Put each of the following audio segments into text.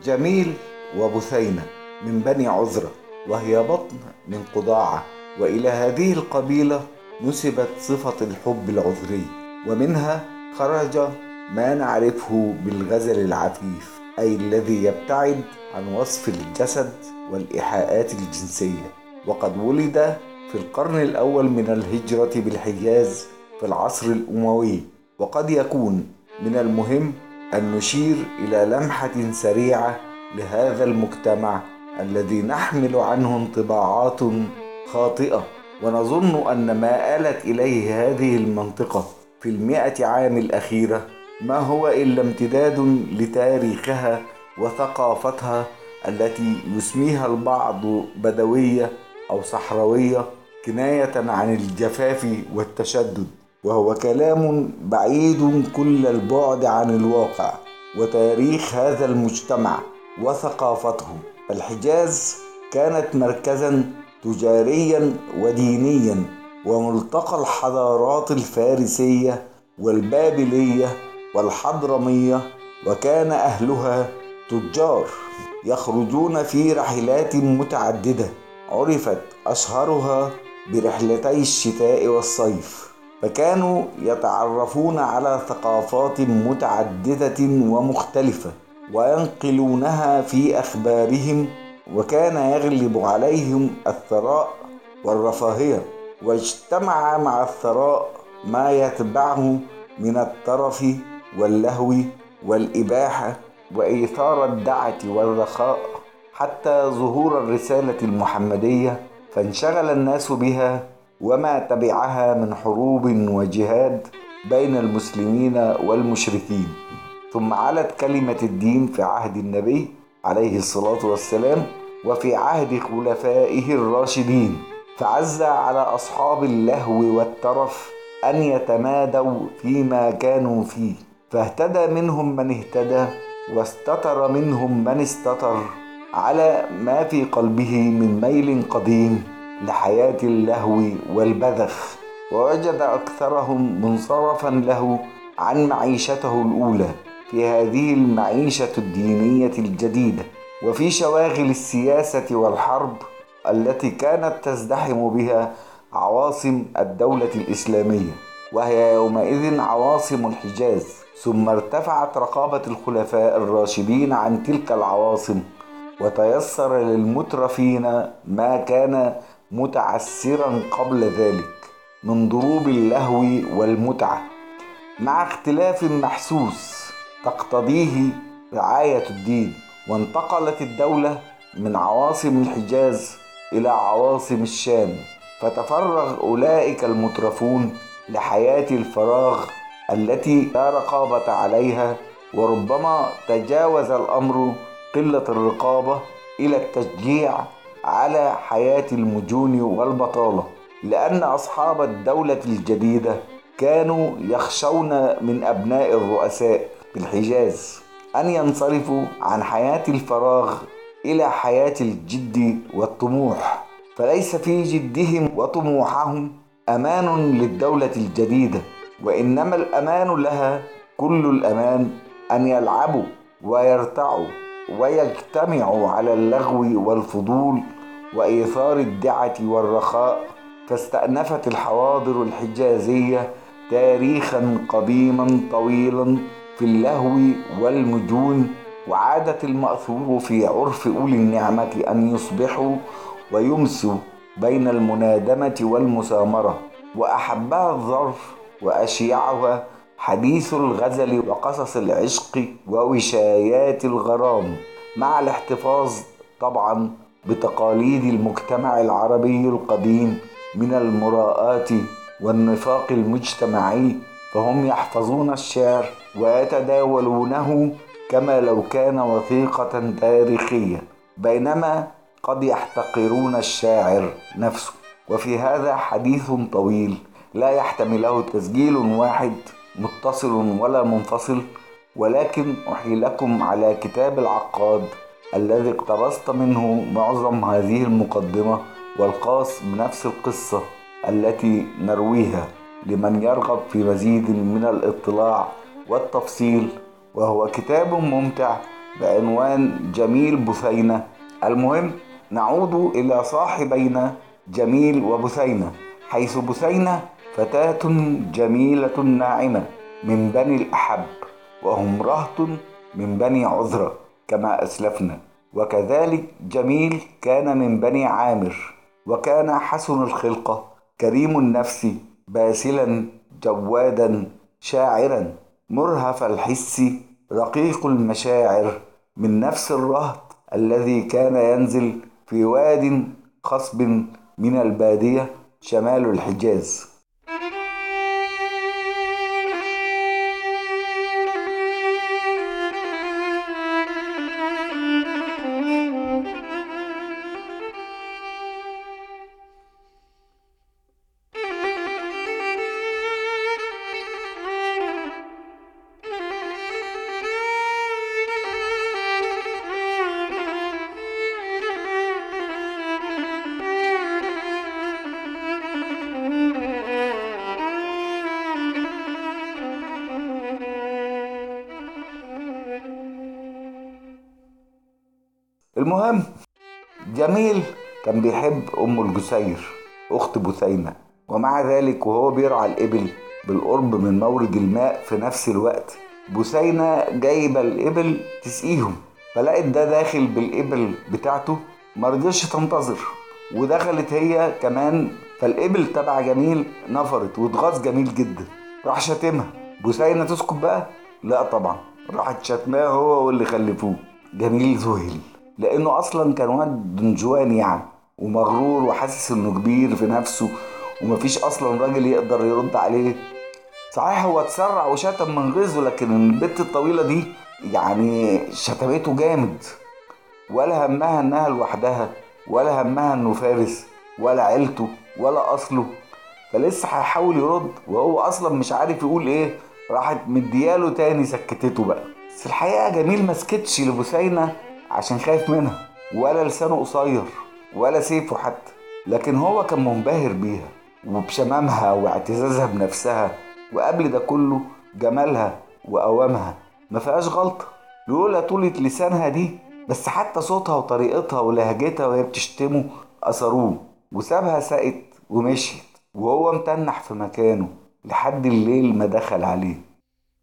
جميل وبثينة من بني عذرة، وهي بطن من قضاعة، وإلى هذه القبيلة نسبت صفة الحب العذري، ومنها خرج ما نعرفه بالغزل العفيف، أي الذي يبتعد عن وصف الجسد والإيحاءات الجنسية. وقد ولد في القرن الأول من الهجرة بالحجاز في العصر الأموي. وقد يكون من المهم أن نشير إلى لمحة سريعة لهذا المجتمع الذي نحمل عنه انطباعات خاطئة، ونظن أن ما آلت إليه هذه المنطقة في 100 عام الأخيرة ما هو إلا امتداد لتاريخها وثقافتها التي يسميها البعض بدوية أو صحراوية، كناية عن الجفاف والتشدد، وهو كلام بعيد كل البعد عن الواقع وتاريخ هذا المجتمع وثقافته. الحجاز كانت مركزا تجاريا ودينيا وملتقى الحضارات الفارسية والبابلية والحضرمية، وكان أهلها تجار يخرجون في رحلات متعددة عرفت أشهرها برحلتي الشتاء والصيف، فكانوا يتعرفون على ثقافات متعددة ومختلفة وينقلونها في أخبارهم، وكان يغلب عليهم الثراء والرفاهية، واجتمع مع الثراء ما يتبعه من الترف واللهو والإباحة وإيثار الدعة والرخاء حتى ظهور الرسالة المحمدية، فانشغل الناس بها وما تبعها من حروب وجهاد بين المسلمين والمشركين. ثم علت كلمة الدين في عهد النبي عليه الصلاة والسلام وفي عهد خلفائه الراشدين، فعز على أصحاب اللهو والترف أن يتمادوا فيما كانوا فيه، فاهتدى منهم من اهتدى واستتر منهم من استتر على ما في قلبه من ميل قديم لحياة اللهو والبذخ، ووجد أكثرهم منصرفا له عن معيشته الأولى في هذه المعيشة الدينية الجديدة وفي شواغل السياسة والحرب التي كانت تزدحم بها عواصم الدولة الإسلامية، وهي يومئذ عواصم الحجاز. ثم ارتفعت رقابة الخلفاء الراشدين عن تلك العواصم، وتيسر للمترفين ما كان متعسرا قبل ذلك من ضروب اللهو والمتعة، مع اختلاف محسوس تقتضيه رعاية الدين. وانتقلت الدولة من عواصم الحجاز إلى عواصم الشام، فتفرغ أولئك المترفون لحياة الفراغ التي لا رقابة عليها، وربما تجاوز الأمر قلة الرقابة إلى التشجيع على حياة المجون والبطالة، لأن أصحاب الدولة الجديدة كانوا يخشون من أبناء الرؤساء في الحجاز أن ينصرفوا عن حياة الفراغ إلى حياة الجد والطموح، فليس في جدهم وطموحهم أمان للدولة الجديدة، وإنما الأمان لها كل الأمان أن يلعبوا ويرتعوا ويجتمعوا على اللغو والفضول وإيثار الدعة والرخاء. فاستأنفت الحواضر الحجازية تاريخا قديما طويلا في اللهو والمجون، وعادت المأثور في عرف أولي النعمة أن يصبحوا ويمسوا بين المنادمة والمسامرة، وأحبها الظرف وأشيعها حديث الغزل وقصص العشق ووشايات الغرام، مع الاحتفاظ طبعا بتقاليد المجتمع العربي القديم من المراءة والنفاق المجتمعي، فهم يحفظون الشعر ويتداولونه كما لو كان وثيقة تاريخية، بينما قد يحتقرون الشاعر نفسه. وفي هذا حديث طويل لا يحتمله تسجيل واحد متصل ولا منفصل، ولكن أحيلكم على كتاب العقاد الذي اقتبست منه معظم هذه المقدمة والخاص بنفس القصة التي نرويها لمن يرغب في مزيد من الاطلاع والتفصيل، وهو كتاب ممتع بعنوان جميل بثينة. المهم، نعود إلى صاحبينا جميل وبثينة، حيث بثينة فتاة جميلة ناعمة من بني الأحب، وهم رهط من بني عذرة كما أسلفنا، وكذلك جميل كان من بني عامر، وكان حسن الخلقة كريم النفس باسلا جوادا شاعرا مرهف الحس رقيق المشاعر، من نفس الرهط الذي كان ينزل في واد خصب من البادية شمال الحجاز. المهم، جميل كان بيحب أم الجسير أخت بثينة، ومع ذلك وهو بيرعى الإبل بالقرب من مورد الماء في نفس الوقت بثينة جايبة الإبل تسقيهم، فلقت ده داخل بالإبل بتاعته، مرضيش تنتظر ودخلت هي كمان، فالإبل تبع جميل نفرت واتغاظ جميل جدا، راح شتمها. بثينة تسكت بقى؟ لا طبعا، راحت شتماه هو واللي خلفوه. جميل ذهل لانه اصلا كان واد دنجوان يعني، ومغرور وحاسس انه كبير في نفسه ومفيش اصلا راجل يقدر يرد عليه. صحيح هو اتسرع وشتم من غيظه، لكن البت الطويلة دي يعني شتمته جامد، ولا همها انها لوحدها، ولا همها انه فارس، ولا عيلته، ولا اصله، فلسه هيحاول يرد وهو اصلا مش عارف يقول ايه. راحت مدياله تاني سكتته بقى. بس الحقيقة جميل مسكتش لبثينة عشان خايف منها، ولا لسانه قصير، ولا سيفه حتى، لكن هو كان منبهر بيها وبشمامها واعتزازها بنفسها، وقبل ده كله جمالها وقوامها ما فيهاش غلطة، لولا طولة لسانها دي بس. حتى صوتها وطريقتها ولهجتها وهي بتشتمه أثروه، وسابها سقت ومشيت، وهو متنح في مكانه لحد الليل ما دخل عليه.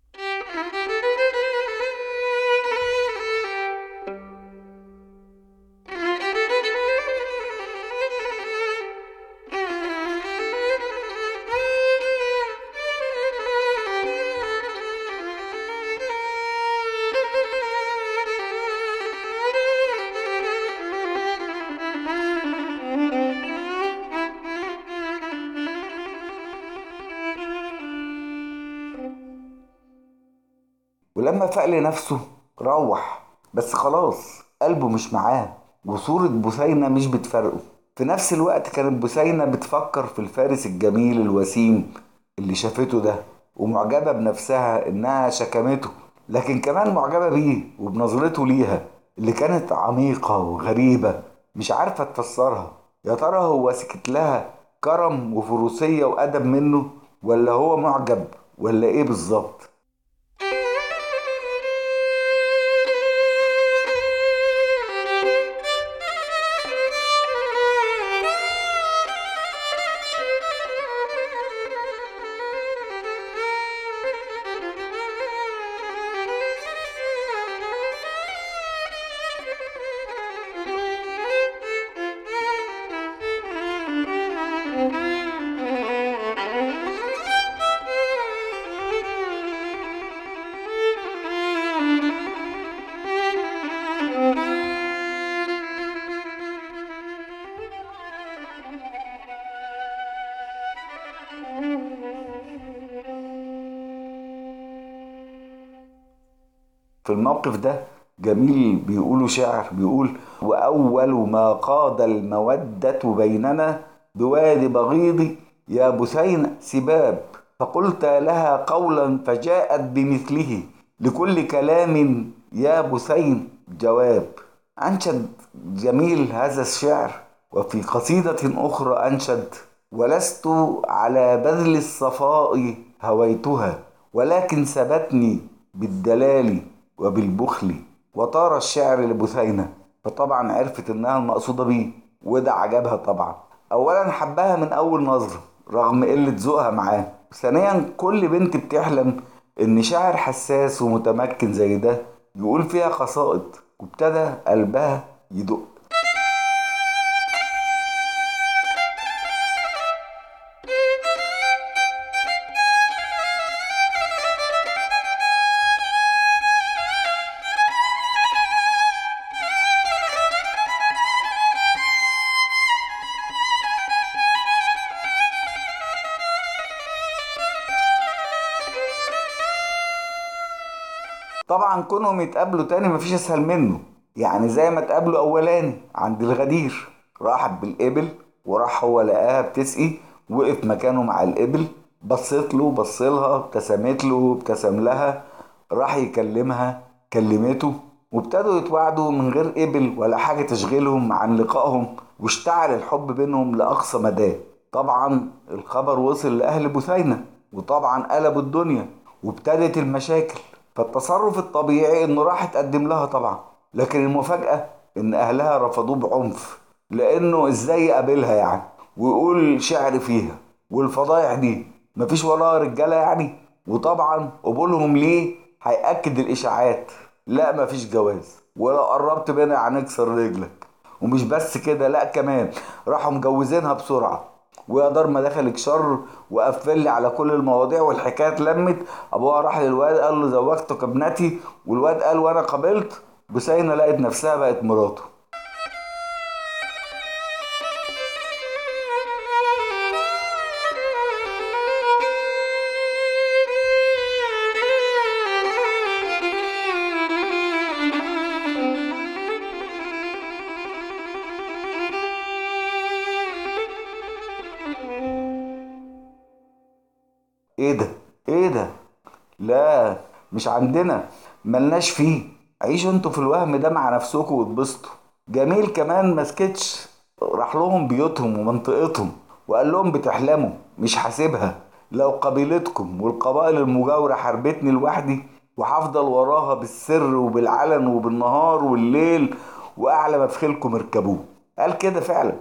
ولما فاق لنفسه روح، بس خلاص قلبه مش معاه، وصورة بثينة مش بتفارقه. في نفس الوقت كانت بثينة بتفكر في الفارس الجميل الوسيم اللي شافته ده، ومعجبة بنفسها إنها شكمته، لكن كمان معجبة بيه وبنظرته ليها اللي كانت عميقة وغريبة، مش عارفة تفسرها. يا ترى هو سكت لها كرم وفروسية وأدب منه، ولا هو معجب، ولا إيه بالظبط؟ في الموقف ده جميل بيقولوا شعر بيقول: وأول ما قاد المودة بيننا بوادي بغيض يا بثين سباب، فقلت لها قولا فجاءت بمثله لكل كلام يا بثين جواب. أنشد جميل هذا الشعر، وفي قصيدة أخرى أنشد: ولست على بذل الصفاء هويتها، ولكن سبتني بالدلال وبالبخل وطار الشعر لبثينة، فطبعا عرفت انها المقصودة بيه، وده عجبها طبعا. اولا حبها من اول نظرة رغم قلة ذوقها معاه. ثانيا كل بنت بتحلم ان شاعر حساس ومتمكن زي ده يقول فيها قصائد، وابتدى قلبها يدق. طبعا كونهم يتقابلوا تاني مفيش اسهل منه، يعني زي ما اتقابلوا اولاني عند الغدير، راحت بالإبل وراح هو لقاها بتسقي، وقف مكانه مع الإبل، بصت له بصلها، ابتسمت له ابتسم لها، راح يكلمها كلمته، وابتدوا يتوعدوا من غير إبل ولا حاجة تشغلهم عن لقائهم، واشتعل الحب بينهم لأقصى مداه. طبعا الخبر وصل لأهل بثينة، وطبعا قلبوا الدنيا وابتدت المشاكل. فالتصرف الطبيعي انه راح اتقدم لها طبعا، لكن المفاجأة ان اهلها رفضوه بعنف، لانه ازاي يقابلها يعني ويقول شعر فيها، والفضايح دي مفيش وراها رجالة يعني. وطبعا قبولهم ليه هيأكد الاشاعات، لا مفيش جواز، ولو قربت منها هنكسر رجلك. ومش بس كده، لا كمان راحوا مجوزينها بسرعة، ويا دار ما دخلك شر وقفل لي على كل المواضيع، والحكايه اتلمت. ابوها راح للواد قال له زوجتك ابنتي، والواد قال وانا قبلت. بسينة لقت نفسها بقت مراته. ايه ده؟ ايه ده؟ لا مش عندنا، ملناش فيه. عيشوا انتوا في الوهم ده مع نفسكم واتبسطوا. جميل كمان مسكتش، راح لهم بيوتهم ومنطقتهم وقال لهم بتحلموا، مش حاسبها. لو قبيلتكم والقبائل المجاورة حاربتني لوحدي، وهفضل وراها بالسر وبالعلن وبالنهار والليل، واعلى ما في خيلكم اركبوه. قال كده فعلا.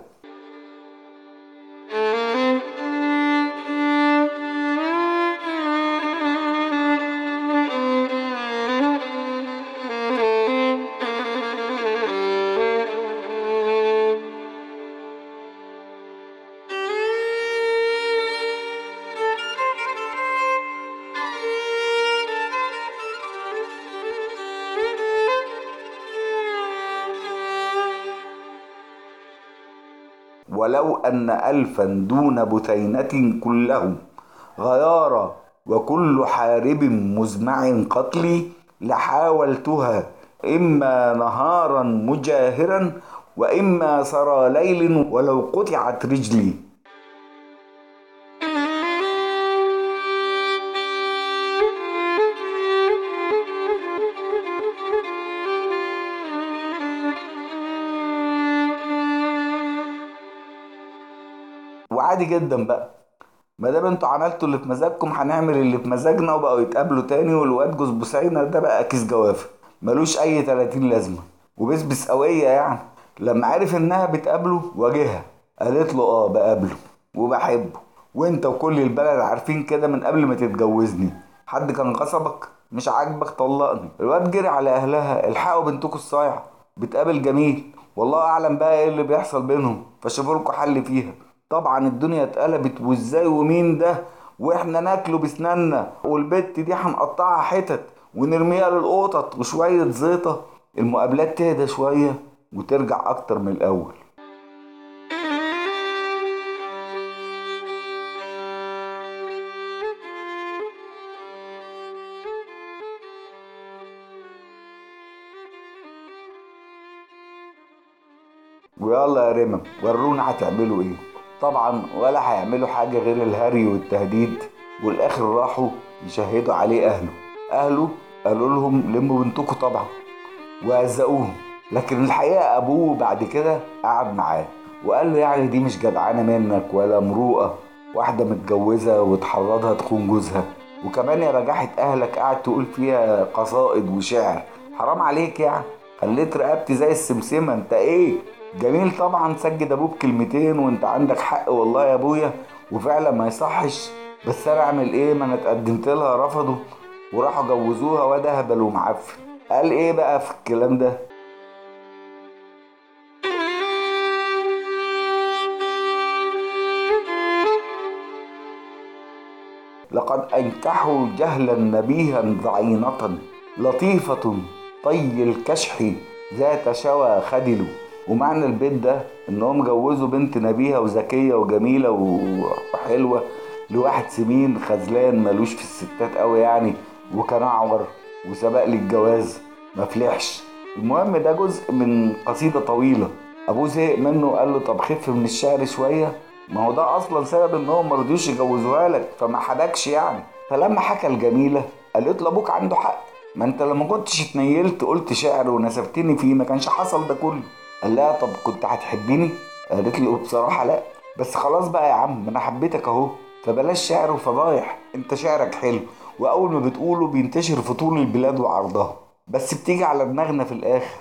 ولو أن ألفا دون بثينة كلهم غيارى، وكل حارب مزمع قتلي، لحاولتها إما نهارا مجاهرا، وإما سرى ليل ولو قطعت رجلي. وعادي جدا بقى، ما دام انتوا عملتوا اللي في مزاجكم هنعمل اللي في مزاجنا. وبقوا يتقابلوا تاني، والواد جوز بوسينا ده بقى كيس جوافه ملوش اي 30 لازمه، وبسبس قويه يعني. لما عرف انها بتقابله واجهها، قالت له اه بقابله وبحبه، وانت وكل البلد عارفين كده من قبل ما تتجوزني. حد كان غصبك؟ مش عاجبك طلقني. الواد جري على اهلها، الحقوا بنتكم الصايعه بتقابل جميل، والله اعلم بقى ايه اللي بيحصل بينهم، فشوفوا لكم حل فيها. طبعا الدنيا اتقلبت، وازاي ومين ده، واحنا ناكله بسنانا، والبت دي هنقطعها حتت ونرميها للقطط وشوية زيطة. المقابلات تهدى شوية وترجع اكتر من الاول. ويلا يا رمم ورونا هتعملوا ايه. طبعا ولا هيعملوا حاجة غير الهري والتهديد، والاخر راحوا يشهدوا عليه اهله قالوا لهم لموا بنتكم طبعا، وهزقوهم. لكن الحقيقة أبوه بعد كده قعد معاه وقال له يعني دي مش جدعانة منك ولا مروءة، واحدة متجوزة وتحرضها تخون جوزها، وكمان يا بجاحة أهلك قاعد تقول فيها قصائد وشعر، حرام عليك يعني، خليت رقبتي زي السمسمة. انت ايه؟ جميل طبعا سجد ابوك كلمتين، وانت عندك حق والله يا ابويا، وفعلا ما يصحش. بس انا اعمل ايه؟ ما انا اتقدمت لها رفضوا، وراحوا جوزوها واد هبل ومعفن. قال ايه بقى في الكلام ده؟ لقد أنكحوا جهلا نبيها ضعينة، لطيفة طي الكشح ذات شوى خدل. ومعنى البيت ده إنهم جوزوا بنت نبيهة وذكية وجميلة وحلوة لواحد سمين خذلان ملوش في الستات قوي يعني، وكان أعور وسبق لي الجواز مفلحش. المهم ده جزء من قصيدة طويلة. أبوه زهق منه وقال له طب خف من الشعر شوية، ما هو ده اصلا سبب ان هم مرضيوش يجوزوها لك، فما حدكش يعني. فلما حكى الجميله قالت له ابوك عنده حق، ما انت لما كنتش اتنيلت قلت شعر ونسبتني فيه ما كانش حصل ده كله. قال لها طب كنت هتحبيني؟ قالت له بصراحه لا، بس خلاص بقى يا عم انا حبيتك اهو، فبلاش شعر وفضايح، انت شعرك حلو واول ما بتقوله بينتشر في طول البلاد وعرضها، بس بتيجي على دماغنا في الاخر.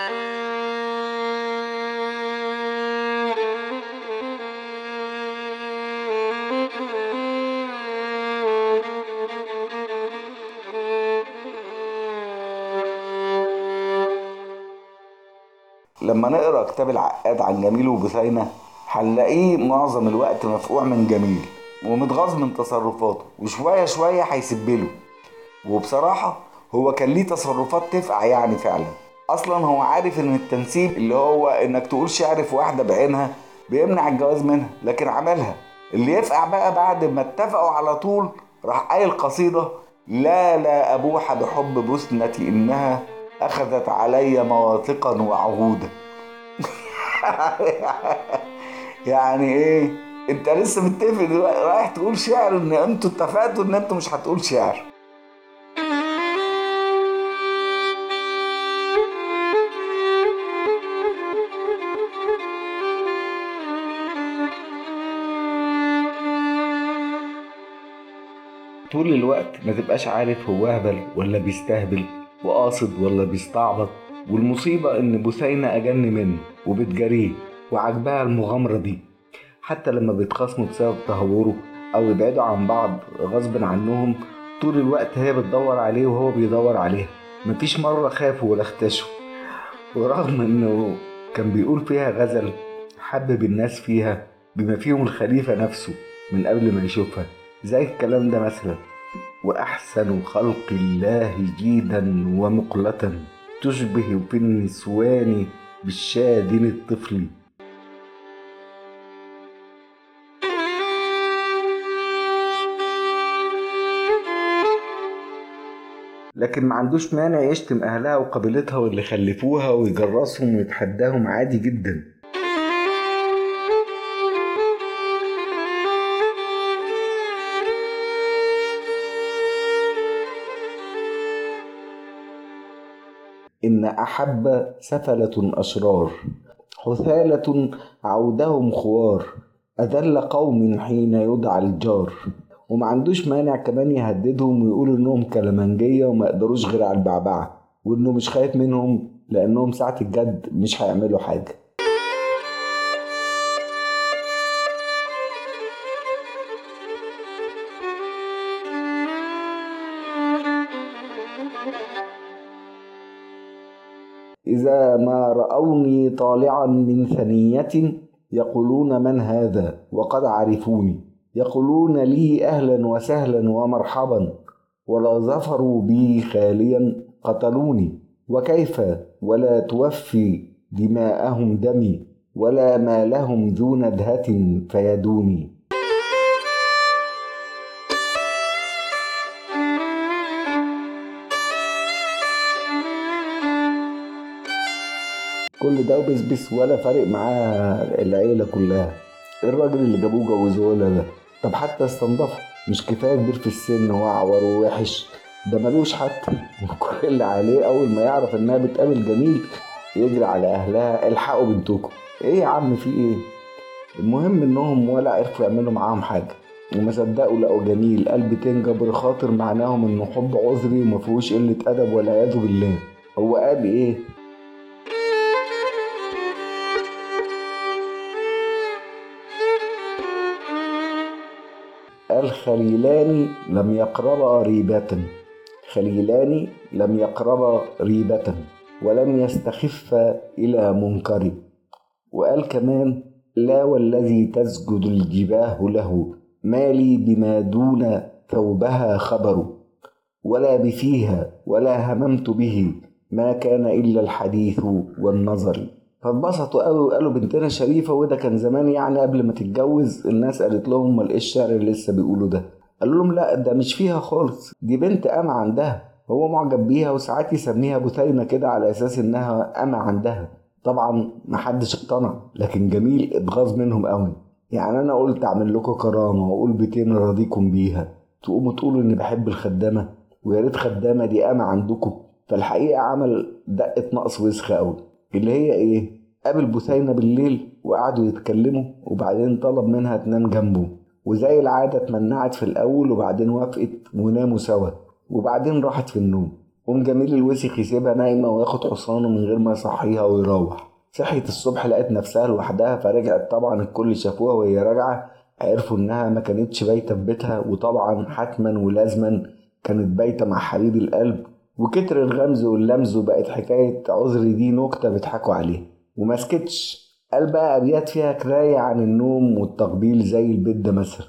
لما نقرا كتاب العقاد عن جميل وبثينة هنلاقيه معظم الوقت مفقوع من جميل ومتغاظ من تصرفاته، وشوية شوية هيسبله. وبصراحة هو كان ليه تصرفات تفقع يعني فعلا. اصلا هو عارف ان التنسيب اللي هو انك تقول شعر في واحدة بعينها بيمنع الجواز منها، لكن عملها. اللي يفقع بقى بعد ما اتفقوا على طول راح قايل قصيدة: لا أبوح بحب بثنتي إنها أخذت علي مواثقا وعهودا. يعني إيه؟ أنت لسه متفق دلوقتي رايح تقول شعر إن أنتوا اتفقتوا إن أنتوا مش هتقول شعر؟ طول الوقت ما تبقاش عارف هو هبل ولا بيستهبل، وقاصد ولا بيستعبط. والمصيبة إن بثينة أجن منه وبتجاريه وعجبها المغامرة دي، حتى لما بيتخاصموا بسبب تهوره أو يبعدوا عن بعض غصب عنهم، طول الوقت هي بتدور عليه وهو بيدور عليها. مفيش مرة خافوا ولا اختشوا. ورغم إنه كان بيقول فيها غزل حبب الناس فيها بما فيهم الخليفة نفسه من قبل ما يشوفها، زي الكلام ده مثلا: وأحسن خلق الله جيدا ومقلة، تشبه في النسوان بالشادن الطفل. لكن ما عندوش مانع يشتم أهلها وقبيلتها واللي خلفوها ويجرسهم ويتحداهم عادي جدا. إن أحب سفلة أشرار، حثالة عودهم خوار، أذل قوم حين يدعى الجار. وما عندوش مانع كمان يهددهم ويقول إنهم كلامنجية وما يقدروش غير على البعبعة، وإنه مش خايف منهم لأنهم ساعة الجد مش هيعملوا حاجة. إذا ما رأوني طالعا من ثنية يقولون من هذا وقد عرفوني، يقولون لي أهلا وسهلا ومرحبا، ولا ظفروا بي خاليا قتلوني. وكيف ولا توفي دماءهم دمي، ولا ما لهم ذو ندهة فيدوني. كل ده وبسبس ولا فارق معاه العيلة كلها. الراجل اللي جابوه جوزوه ده، طب حتى استنضفه، مش كفاية كبير في السن وأعور ووحش؟ ده ملوش حتى. وكل اللي عليه أول ما يعرف إنها بتقابل جميل يجري على أهلها: الحقوا بنتكم. إيه يا عم في إيه؟ المهم إنهم ولا عرفوا يعملوا معاهم حاجة، وما صدقوا لقوا جميل قلب جبر خاطر، معناهم إنه حب عذري ومفيهوش قلة أدب والعياذ بالله. هو قال ايه؟ قال خليلان لم يقربا ريبة، خليلان لم يقربا ريبة ولم يستخفا إلى منكر. وقال كمان لا والذي تسجد الجباه له ما لي بما دون ثوبها خبر، ولا بفيها ولا هممت به ما كان إلا الحديث والنظر. فاتبسطوا قوي وقالوا بنتنا شريفة. وده كان زمان يعني قبل ما تتجوز. الناس قالت لهم امال ايه الشعر اللي لسه بيقولوا ده؟ قالوا لهم لا ده مش فيها خالص، دي بنت أما عندها، هو معجب بيها وساعات يسميها بثينة كده على أساس إنها أما عندها. طبعا محدش اقتنع، لكن جميل اتغاظ منهم قوي. يعني أنا قلت أعمل لكم كرامة وأقول بيتين راضيكم بيها، تقوموا تقولوا إني بحب الخدامة؟ ويا ريت خدامة دي أما عندكم. فالحقيقة عمل دقة نقص وسخة قوي، اللي هي إيه؟ قابل بثينة بالليل وقعدوا يتكلموا، وبعدين طلب منها تنام جنبه، وزي العادة اتمنعت في الأول وبعدين وافقت وناموا سوا، وبعدين راحت في النوم. قوم جميل الوسخ يسيبها نايمة وياخد حصانه من غير ما يصحيها ويروح. صحيت الصبح لقت نفسها لوحدها، فرجعت. طبعا الكل شافوها وهي راجعة، عرفوا إنها ما كانتش بايتة في بيتها، وطبعا حتما ولازما كانت بايتة مع حبيب القلب. وكتر الغمز واللمز وبقت حكاية عذري دي نكتة بيضحكوا عليها. ومسكتش، قال بقى أبيات فيها كراية عن النوم والتقبيل زي البيت ده مثلا.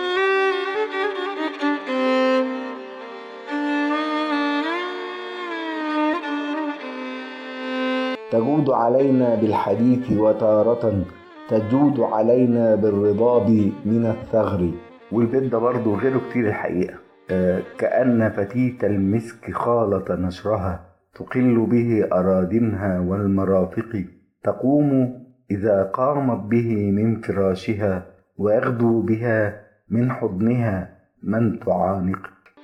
تجود علينا بالحديث وتارة تجود علينا بالرضاب من الثغر. والبيت ده برضه غيره كتير الحقيقة. كأن فتيت المسك خالط نشرها تقل به أرادمها والمرافق، تقوم إذا قامت به من فراشها ويغدو بها من حضنها من تعانق.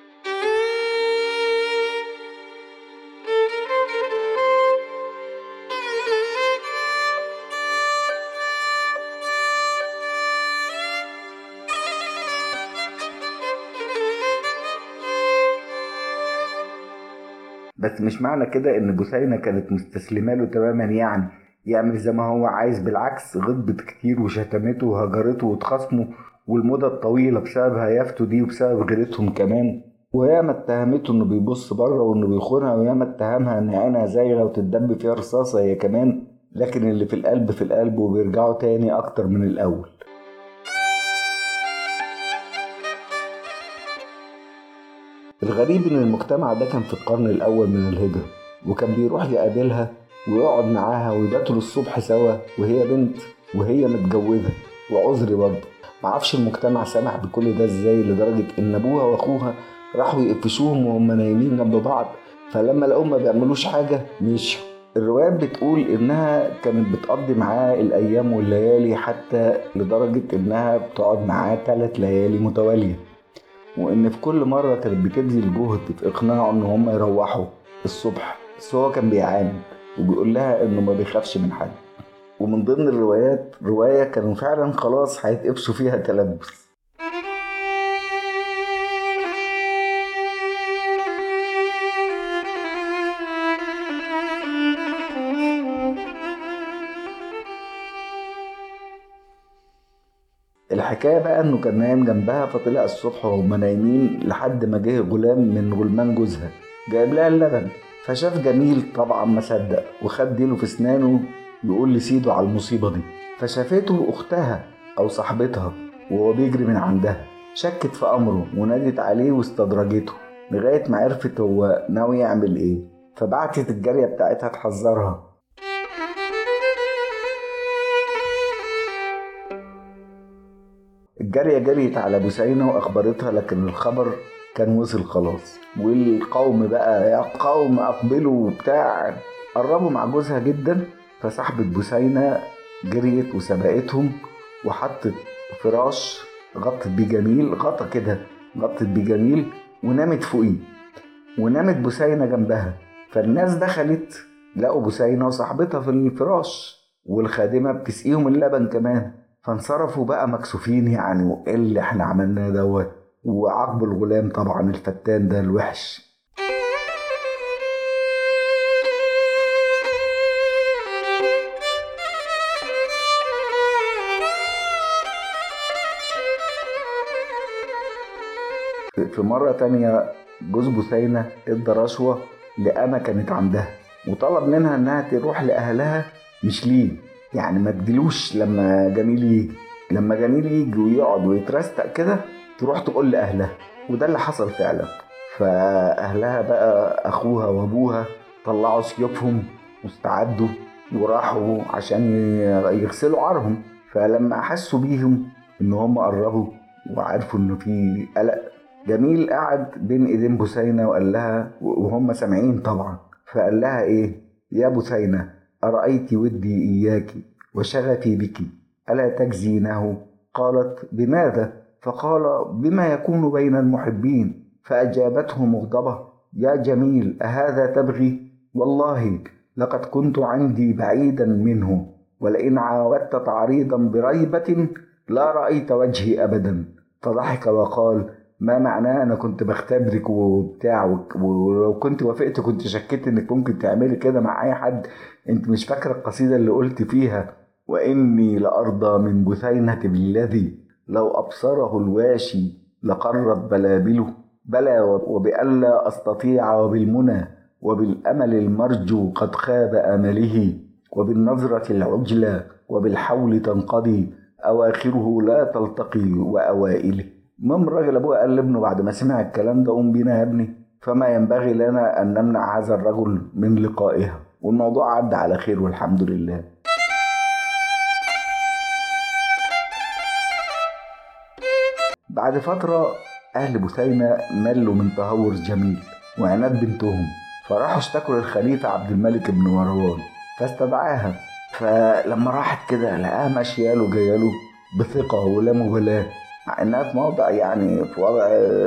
بس مش معنى كده ان بثينة كانت مستسلمة له تماما، يعني يعمل زي ما هو عايز. بالعكس، غضبت كتير وشتمته وهجرته واتخاصموا، والمدة الطويلة بسبب هيافته دي وبسبب غيرتهم كمان. وياما اتهمته انه بيبص بره وانه بيخونها، وياما اتهمها ان عينها زايغة وتتدب فيها رصاصة هي كمان. لكن اللي في القلب في القلب، وبيرجعوا تاني اكتر من الاول. الغريب إن المجتمع ده كان في القرن الأول من الهجرة، وكان بيروح يقابلها ويقعد معاها ويباتوا للصبح سوا، وهي بنت وهي متجوزة. وعذري برضه معرفش المجتمع سمح بكل ده ازاي، لدرجة إن أبوها وأخوها راحوا يقفشوهم وهم نايمين جنب بعض، فلما لقوهم ما بيعملوش حاجة مشوا. الروايات بتقول إنها كانت بتقضي معاه الأيام والليالي، حتى لدرجة إنها بتقعد معاه 3 ليالي متوالية، وإن في كل مرة كانت بتبذل جهد في إقناعه إن هم يروحوا الصبح، بس هو كان بيعاند وبيقول لها إنه ما بيخافش من حد. ومن ضمن الروايات رواية كانوا فعلا خلاص هيتقفشوا فيها تلبس. الحكاية بقى إنه كان نايم جنبها، فطلع الصبح وهم نايمين لحد ما جه غلام من غلمان جوزها جايب لها اللبن. فشاف جميل طبعا ما صدق، وخد ديله في اسنانه يقول لسيده على المصيبة دي. فشافته أختها أو صاحبتها وهو بيجري من عندها، شكت في أمره ونادت عليه واستدرجته لغاية ما عرفت هو ناوي يعمل إيه. فبعتت الجارية بتاعتها تحذرها. الجارية جريت على بثينة وأخبرتها، لكن الخبر كان وصل خلاص. والقوم بقى يا قوم أقبلوا وبتاع، قربوا مع جوزها جدا. فصاحبة بثينة جريت وسبقتهم وحطت فراش غطت بيه جميل، غطا كده غطت بيه جميل ونامت فوقيه، ونامت بثينة جنبها. فالناس دخلت لقوا بثينة وصاحبتها في الفراش، والخادمة بتسقيهم اللبن كمان. فانصرفوا بقى مكسوفين، يعني وايه اللي احنا عملناه دوت. وعاقبوا الغلام طبعا الفتان ده الوحش. في مرة تانية جوز بثينة ادى رشوة لأنا كانت عندها، وطلب منها انها تروح لأهلها مش ليه، يعني ما تجيلوش لما جميل يجي. لما جميل يجي ويقعد ويترستق كده تروح تقول لأهلها، وده اللي حصل فعلا. فأهلها بقى أخوها وأبوها طلعوا سيوفهم واستعدوا وراحوا عشان يغسلوا عارهم. فلما أحسوا بيهم إن هم قربوا وعرفوا إنه في قلق، جميل قعد بين إيدين بثينة وقال لها، وهم سامعين طبعا، فقال لها إيه: يا بثينة، أرأيت ودي إياك وشغفي بك، ألا تجزينه؟ قالت: بماذا؟ فقال: بما يكون بين المحبين. فأجابته مغضبة: يا جميل، أهذا تبغي؟ والله لقد كنت عندي بعيدا منه، ولئن عاودت تعريضا بريبة لا رأيت وجهي أبدا. فضحك وقال: ما معناه أنا كنت بختبرك وبتاع، ولو كنت وافقت كنت شكيت إنك ممكن تعملي كده مع أي حد. أنت مش فاكرة القصيدة اللي قلت فيها: وإني لأرضى من بثينة بالذي لو أبصره الواشي لقرت بلابله؟ بلى وبألا أستطيع، وبالمنى وبالأمل المرجو قد خاب أمله، وبالنظرة العجلة وبالحول تنقضي أواخره لا تلتقي وأوائله. المهم الراجل أبوه قال لابنه بعد ما سمع الكلام ده: قوم بينا يا ابني، فما ينبغي لنا أن نمنع هذا الرجل من لقائها. والموضوع عدى على خير والحمد لله. بعد فترة أهل بثينة ملوا من تهور جميل وعناد بنتهم، فراحوا اشتكوا للخليفة عبد الملك بن مروان فاستدعاها. فلما راحت كده لقاها ماشية له جايه له بثقة ولا مبالاة، مع إنها في موضع في وضع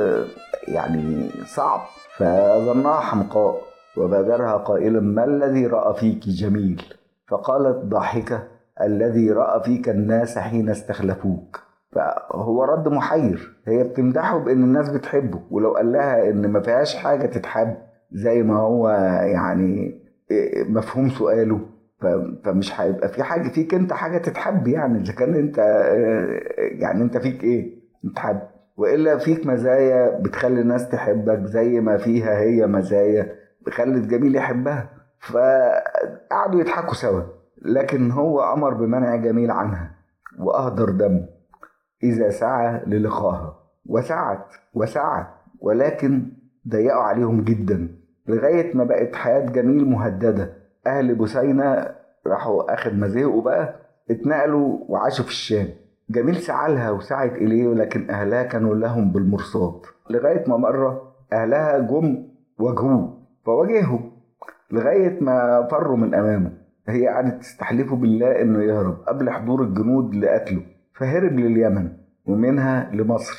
صعب. فظنها حمقاء وبادرها قائلا: ما الذي رأى فيك جميل؟ فقالت ضاحكة: الذي رأى فيك الناس حين استخلفوك. فهو رد محير، هي بتمدحه بان الناس بتحبه، ولو قال لها ان ما فيهاش حاجة تتحب زي ما هو مفهوم سؤاله، فمش هيبقى في حاجة فيك انت حاجة تتحب. اذا كان انت انت فيك ايه تتحب؟ والا فيك مزايا بتخلي الناس تحبك زي ما فيها هي مزايا خلت جميل يحبها. فقعدوا يضحكوا سوا، لكن هو امر بمنع جميل عنها واهدر دمه إذا سعى للقاها، وسعت ولكن ضيقوا عليهم جدا، لغاية ما بقت حياة جميل مهددة. أهل بثينة راحوا آخر ما زهقوا بقى اتنقلوا وعاشوا في الشام. جميل سعى لها وسعت إليه، ولكن أهلها كانوا لهم بالمرصاد، لغاية ما مرة أهلها جم واجهوه فواجهوا لغاية ما فروا من أمامه. هي قعدت تستحلفه بالله إنه يهرب قبل حضور الجنود لقتله، فهرب لليمن ومنها لمصر.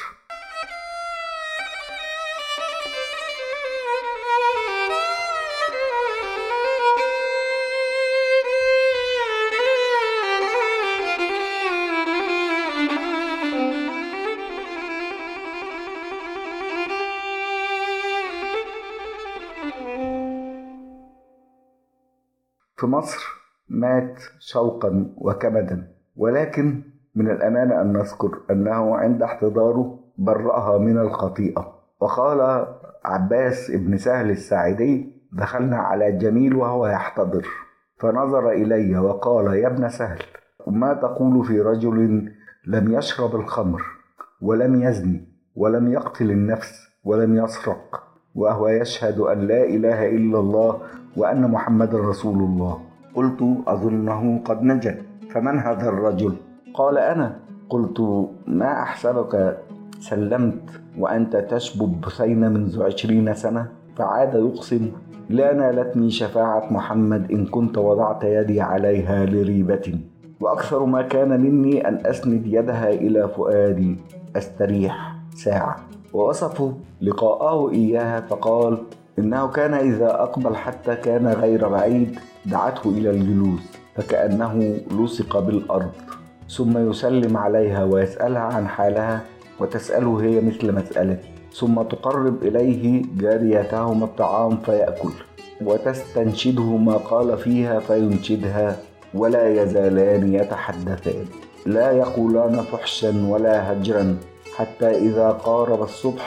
في مصر مات شوقا وكمدا، ولكن من الأمانة أن نذكر أنه عند احتضاره برأها من الخطيئة. وقال عباس ابن سهل الساعدي: دخلنا على جميل وهو يحتضر، فنظر إلي وقال: يا ابن سهل، ما تقول في رجل لم يشرب الخمر ولم يزني ولم يقتل النفس ولم يسرق، وهو يشهد أن لا إله إلا الله وأن محمد رسول الله؟ قلت: أظنه قد نجا، فمن هذا الرجل؟ قال: أنا. قلت: ما أحسبك سلمت وأنت تشبب بثينة منذ 20 سنة؟ فعاد يقسم: لا نالتني شفاعة محمد إن كنت وضعت يدي عليها لريبة، وأكثر ما كان مني أن أسند يدها إلى فؤادي أستريح ساعة. ووصفوا لقاءه إياها فقال: إنه كان إذا أقبل حتى كان غير بعيد دعته إلى الجلوس فكأنه لصق بالأرض، ثم يسلم عليها ويسألها عن حالها وتسأله هي مثل مسألة، ثم تقرب إليه جاريتهما الطعام فيأكل، وتستنشده ما قال فيها فينشدها، ولا يزالان يتحدثان، لا يقولان فحشا ولا هجرا، حتى إذا قارب الصبح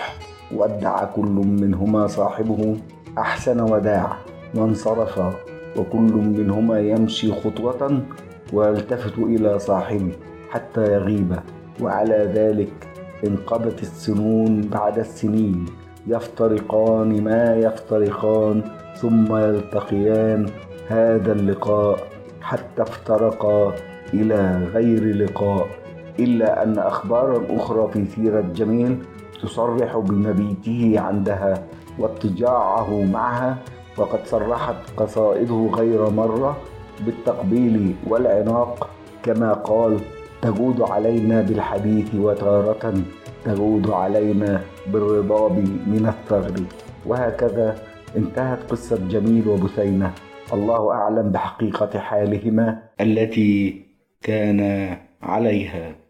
ودع كل منهما صاحبه أحسن وداع وانصرفا، وكل منهما يمشي خطوة ويلتفت إلى صاحبه حتى يغيب. وعلى ذلك انقضت السنون بعد السنين، يفترقان ما يفترقان ثم يلتقيان هذا اللقاء حتى افترقا إلى غير لقاء. إلا أن أخبارا أخرى في سيرة جميل تصرح بمبيته عندها واضطجاعه معها، وقد صرحت قصائده غير مرة بالتقبيل والعناق، كما قال: تجود علينا بالحديث وتارة تجود علينا بالرضاب من الثغر. وهكذا انتهت قصة جميل وبثينة، الله أعلم بحقيقة حالهما التي كان عليها.